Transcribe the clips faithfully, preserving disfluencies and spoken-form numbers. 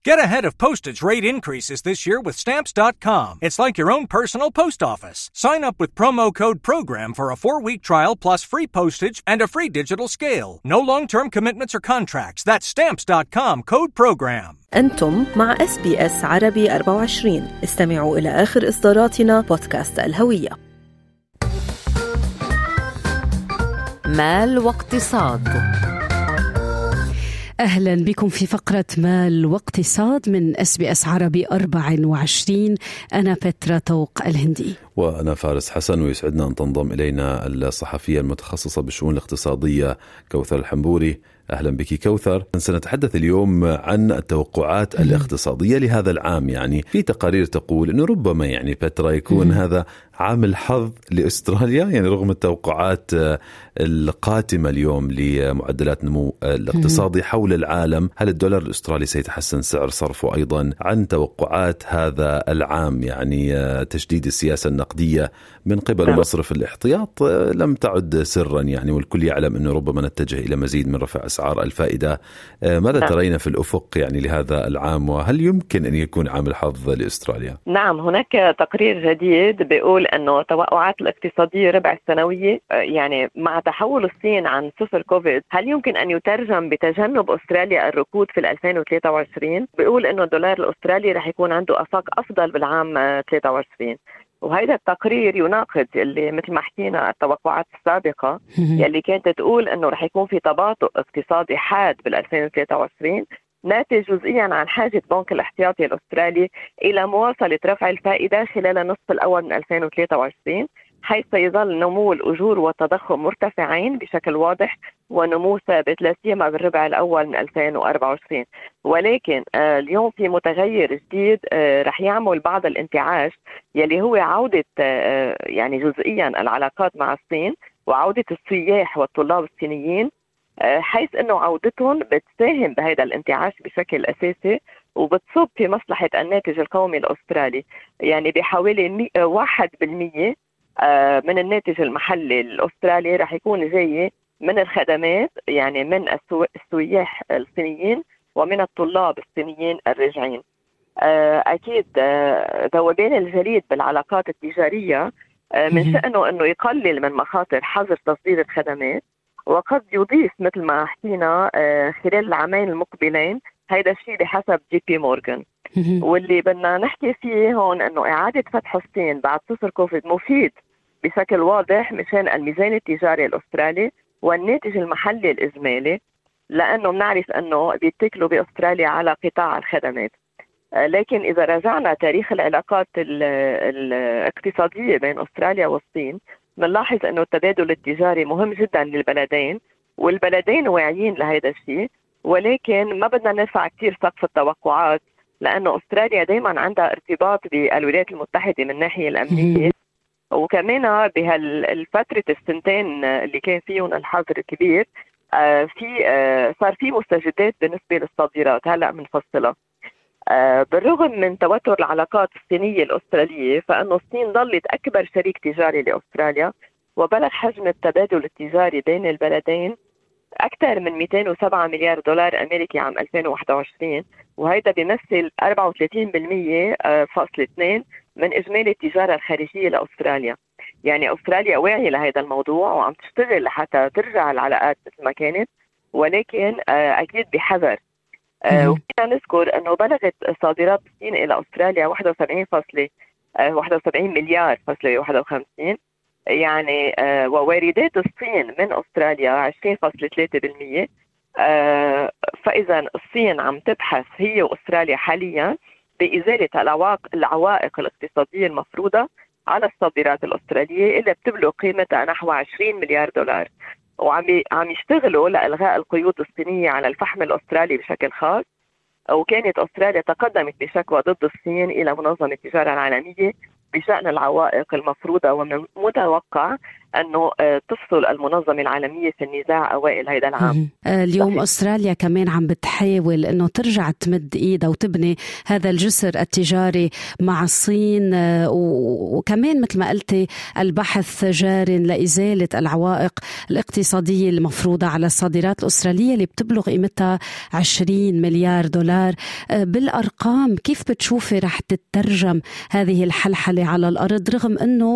Get ahead of postage rate increases this year with Stamps dot com. It's like your own personal post office. Sign up with promo code PROGRAM for a four-week trial plus free postage and a free digital scale. No long-term commitments or contracts. That's Stamps dot com, code PROGRAM. أنتم مع إس بي إس عربي أربعة وعشرين. استمعوا إلى آخر إصداراتنا بودكاست الهوية. مال واقتصاد. أهلا بكم في فقرة مال واقتصاد من إس بي إس عربي أربعة وعشرين. أنا بترا طوق الهندي وأنا فارس حسن، ويسعدنا أن تنضم إلينا الصحفية المتخصصة بالشؤون الاقتصادية كوثر الحنبوري. أهلا بك كوثر. سنتحدث اليوم عن التوقعات الاقتصادية لهذا العام. يعني في تقارير تقول أنه ربما يعني بترا يكون هذا عام الحظ لأستراليا، يعني رغم التوقعات القاتمة اليوم لمعدلات نمو الاقتصادي حول العالم. هل الدولار الأسترالي سيتحسن سعر صرفه أيضا عن توقعات هذا العام؟ يعني تشديد السياسة النقدية من قبل مصرف الاحتياط لم تعد سرا، يعني والكل يعلم أنه ربما نتجه إلى مزيد من رفع أسعار الفائدة. ماذا نعم. ترين في الأفق يعني لهذا العام، وهل يمكن أن يكون عام الحظ لأستراليا؟ نعم، هناك تقرير جديد بيقول أنه توقعات الاقتصادية ربع السنوية يعني مع تحول الصين عن صفر كوفيد هل يمكن أن يترجم بتجنب أستراليا الركود في ألفين وثلاثة وعشرين؟ بيقول أنه الدولار الأسترالي رح يكون عنده آفاق أفضل بالعام ثلاثة وعشرين. وهذا التقرير يناقض اللي مثل ما حكينا التوقعات السابقة يلي كانت تقول أنه رح يكون في تباطؤ اقتصادي حاد بال2023 ناتج جزئيا عن حاجة بنك الاحتياطي الأسترالي إلى مواصلة رفع الفائدة خلال النصف الأول من ألفين وثلاثة وعشرين، حيث سيظل نمو الأجور والتضخم مرتفعين بشكل واضح ونمو ثابت لا سيما بالربع الأول من ألفين وأربعة وعشرين. ولكن آه اليوم في متغير جديد آه رح يعمل بعض الانتعاش يلي هو عودة آه يعني جزئيا العلاقات مع الصين وعودة السياح والطلاب الصينيين، حيث أنه عودتهم بتساهم بهذا الانتعاش بشكل أساسي وبتصب في مصلحة الناتج القومي الأسترالي، يعني بحوالي واحد بالمية من الناتج المحلي الأسترالي رح يكون جاي من الخدمات، يعني من السياح الصينيين ومن الطلاب الصينيين الراجعين. أكيد ذوبان الجليد بالعلاقات التجارية من شأنه أنه يقلل من مخاطر حظر تصدير الخدمات، وقد يضيف مثل ما حكينا خلال العامين المقبلين. هيدا الشيء بحسب جي بي مورغان. واللي بدنا نحكي فيه هون أنه إعادة فتح الصين بعد صفر كوفيد مفيد بشكل واضح مشان الميزان التجاري الأسترالي والناتج المحلي الإجمالي، لأنه بنعرف أنه بيتكلوا بأستراليا على قطاع الخدمات. لكن إذا رجعنا تاريخ العلاقات الاقتصادية بين أستراليا والصين بنلاحظ أنه التبادل التجاري مهم جدا للبلدين، والبلدين واعيين لهذا الشيء، ولكن ما بدنا نرفع كتير سقف التوقعات، لأنه أستراليا دايما عندها ارتباط بالولايات المتحدة من الناحية الأمنية، وكمان بهالفترة السنتين اللي كان فيهم الحظر الكبير في صار في مستجدات بالنسبة للصادرات هلأ منفصلة. بالرغم من توتر العلاقات الصينية الأسترالية، فإنه الصين ظلت أكبر شريك تجاري لأستراليا، وبلغ حجم التبادل التجاري بين البلدين أكثر من مئتين وسبعة مليار دولار أمريكي عام ألفين وواحد وعشرين، وهذا بيمثل أربعة وثلاثين بالمئة فاصل اثنين من إجمالي التجارة الخارجية لأستراليا. يعني أستراليا واعية لهذا الموضوع وعم تشتغل لحتى ترجع العلاقات مثل ما كانت، ولكن أكيد بحذر. آه وفينا نذكر أنه بلغت صادرات الصين إلى أستراليا واحد وسبعين فاصلة واحد وسبعين مليار فاصلة واحد وخمسين، يعني آه وواردات الصين من أستراليا عشرين فاصلة ثلاثة بالمئة. آه فإذا الصين عم تبحث هي وأستراليا حاليا بإزالة العوائق, العوائق الاقتصادية المفروضة على الصادرات الأسترالية اللي بتبلغ قيمتها نحو عشرين مليار دولار، وعم عم يشتغلوا لإلغاء القيود الصينية على الفحم الأسترالي بشكل خاص. وكانت أستراليا تقدمت بشكوى ضد الصين إلى منظمة التجارة العالمية بشأن العوائق المفروضة ومتوقع أنه تفصل المنظمة العالمية في النزاع أوائل هذا العام. اليوم صحيح. أستراليا كمان عم بتحاول أنه ترجع تمد إيدها وتبني هذا الجسر التجاري مع الصين، وكمان مثل ما قلتي البحث جار لإزالة العوائق الاقتصادية المفروضة على الصادرات الأسترالية اللي بتبلغ قيمتها عشرين مليار دولار. بالأرقام كيف بتشوفي رح تترجم هذه الحلحلة على الأرض، رغم أنه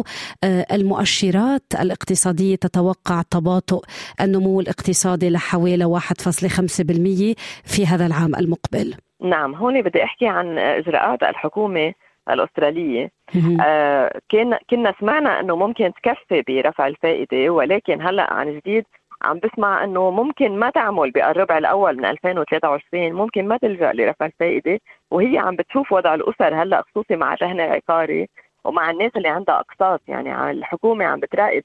المؤشرات الاقتصادية تتوقع تباطؤ النمو الاقتصادي لحوالي واحد فاصلة خمسة بالمئة في هذا العام المقبل؟ نعم، هون بدي أحكي عن إجراءات الحكومة الأسترالية. آه كنا كنا سمعنا أنه ممكن تكفي برفع الفائدة، ولكن هلأ عن جديد عم بسمع أنه ممكن ما تعمل بالربع الأول من ألفين وثلاثة وعشرين، ممكن ما تلجأ لرفع الفائدة، وهي عم بتشوف وضع الأسر هلأ خصوصي مع الرهن العقاري ومع الناس اللي عندها أقساط. يعني الحكومة عم بتراقب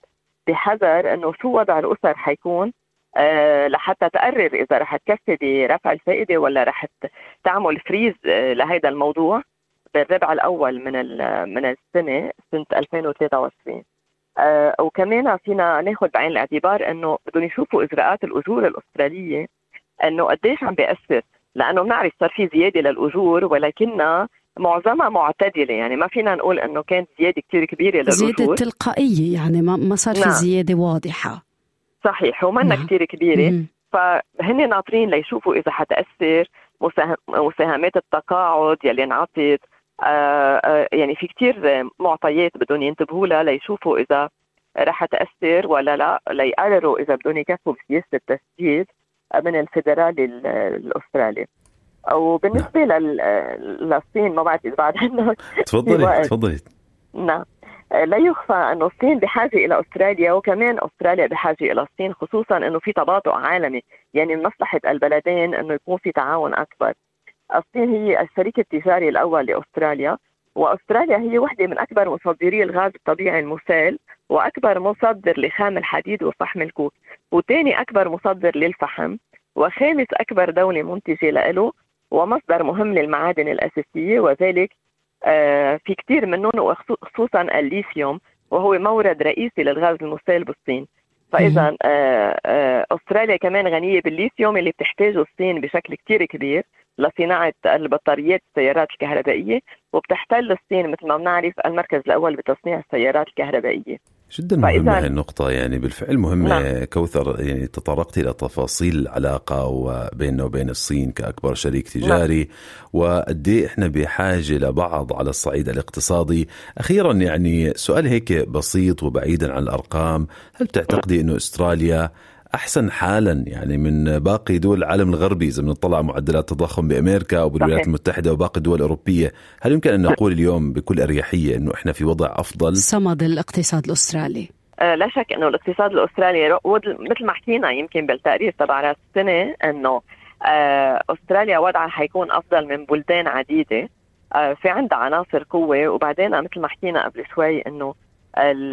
بحذر أنه شو وضع الأسر حيكون أه لحتى تقرر إذا رح تكفي برفع الفائدة ولا رح تعمل فريز أه لهذا الموضوع بالربع الأول من من السنة سنة ألفين وثلاثة وعشرين. أه وكمان فينا ناخد بعين الاعتبار أنه بدهم يشوفوا إجراءات الأجور الأسترالية أنه قديش عم بيأثر، لأنه بنعرف صار في زيادة للأجور ولكنها معظمها معتدلة. يعني ما فينا نقول أنه كانت زيادة كتير كبيرة للأجور، زيادة تلقائية، يعني ما صار في نعم. زيادة واضحة. صحيح، ومنها نعم. كتير كبيرة. مم. فهن ناطرين ليشوفوا إذا حتأثر مساهمات التقاعد يلي انعطت. آآ آآ يعني في كتير معطيات بدهم ينتبهوا لها ليشوفوا إذا رح تأثر ولا لا، ليقرروا إذا بدهم يكفوا بسياسة التسديد من الفيدرالي الأسترالي. وبالنسبة نعم. للصين ما بعد إذا بعد عنه تفضلي تفضلي. نعم، لا يخفى أنه الصين بحاجة إلى أستراليا، وكمان أستراليا بحاجة إلى الصين، خصوصا أنه في تباطؤ عالمي. يعني من مصلحة البلدين أنه يكون في تعاون أكبر. الصين هي الشريك التجاري الأول لأستراليا، وأستراليا هي واحدة من أكبر مصدري الغاز الطبيعي المسال، وأكبر مصدر لخام الحديد وفحم الكوك، وثاني أكبر مصدر للفحم، وخامس أكبر دولة منتجة له، ومصدر مهم للمعادن الأساسية، وذلك آه في كتير منهم وخصوصا الليثيوم وهو مورد رئيسي للغاز المسال بالصين. فإذا آه آه أستراليا كمان غنية بالليثيوم اللي بتحتاجه الصين بشكل كتير كبير لصناعة البطاريات السيارات الكهربائية، وبتحتل الصين مثل ما بنعرف المركز الأول بتصنيع السيارات الكهربائية. جدا مهمة هذه النقطة، يعني بالفعل مهمة. نعم. كوثر، يعني تطرقت إلى تفاصيل العلاقة بيننا وبين الصين كأكبر شريك تجاري. نعم. وقديه إحنا بحاجة لبعض على الصعيد الاقتصادي. أخيرا يعني سؤال هيك بسيط وبعيدا عن الأرقام، هل تعتقدي إنه أستراليا أحسن حالا يعني من باقي دول العالم الغربي إذا بنطلع معدلات التضخم بأمريكا أو بالولايات المتحدة وباقي الدول الأوروبية؟ هل يمكن أن نقول اليوم بكل أريحية إنه إحنا في وضع أفضل؟ صمد الاقتصاد الأسترالي. آه لا شك إنه الاقتصاد الأسترالي مثل ما حكينا يمكن بالتقرير تبع رأس السنة إنه آه أستراليا وضعها حيكون أفضل من بلدان عديدة. آه في عندها عناصر قوة، وبعدين مثل ما حكينا قبل شوي إنه ال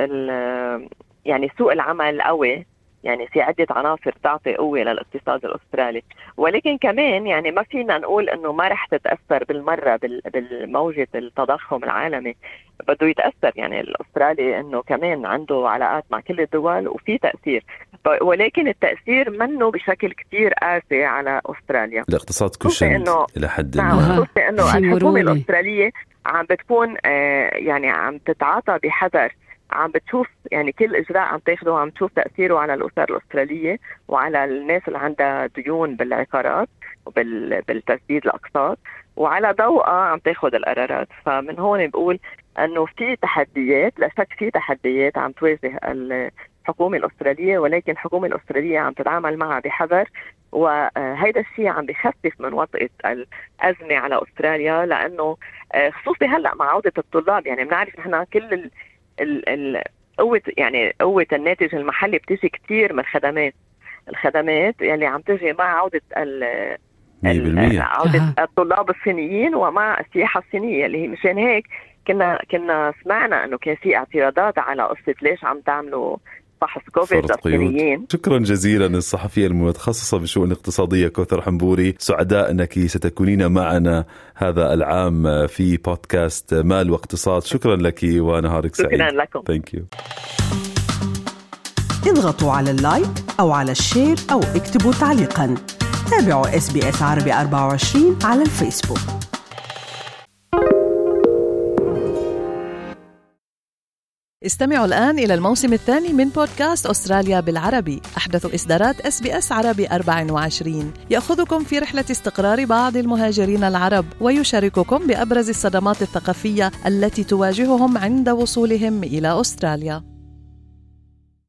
ال يعني سوق العمل قوي، يعني في عدة عناصر تعطي قوة للاقتصاد الأسترالي. ولكن كمان يعني ما فينا نقول أنه ما رح تتأثر بالمرة بالموجة التضخم العالمي، بده يتأثر. يعني الأسترالي أنه كمان عنده علاقات مع كل الدول وفي تأثير، ولكن التأثير منه بشكل كتير قاسي على أستراليا. الاقتصاد كشن إلى حد ما. خصوصي أنه الحكومة الأسترالية عم بتكون آه يعني عم تتعاطى بحذر، عم بتشوف يعني كل إجراء عم تاخده عم تشوف تأثيره على الأسر الأسترالية وعلى الناس اللي عندها ديون بالعقارات وبالتسديد الأقساط، وعلى ضوءها عم تاخد القرارات. فمن هون بقول أنه في تحديات، لا شك في تحديات عم تواجه الحكومة الأسترالية، ولكن الحكومة الأسترالية عم تتعامل معها بحذر، وهيدا الشيء عم بخفف من وطئة الأزمة على أستراليا، لأنه خصوصي هلأ مع عودة الطلاب. يعني بنعرف نحن كل ال ال قوة يعني قوة الناتج المحلي بتيجي كتير من الخدمات الخدمات يعني عم تجي مع عودة ال عودة الطلاب الصينيين ومع السياحة الصينية، اللي هي مشان هيك كنا كنا سمعنا انه كان في اعتراضات على قصة ليش عم تعملوا فحص كوفيد للصينيين. شكرا جزيلا الصحفية المتخصصة بالشؤون الاقتصادية كوثر حنبوري، سعداء أنك ستكونين معنا هذا العام في بودكاست مال واقتصاد. شكرا لك ونهارك سعيد. شكرا لكم. Thank you. اضغطوا على اللايك أو على الشير أو اكتبوا تعليقا. تابعوا إس بي إس عربي أربعة وعشرين على الفيسبوك. استمعوا الآن إلى الموسم الثاني من بودكاست أستراليا بالعربي، أحدث إصدارات إس بي إس عربي أربعة وعشرين، يأخذكم في رحلة استقرار بعض المهاجرين العرب ويشارككم بأبرز الصدمات الثقافية التي تواجههم عند وصولهم إلى أستراليا.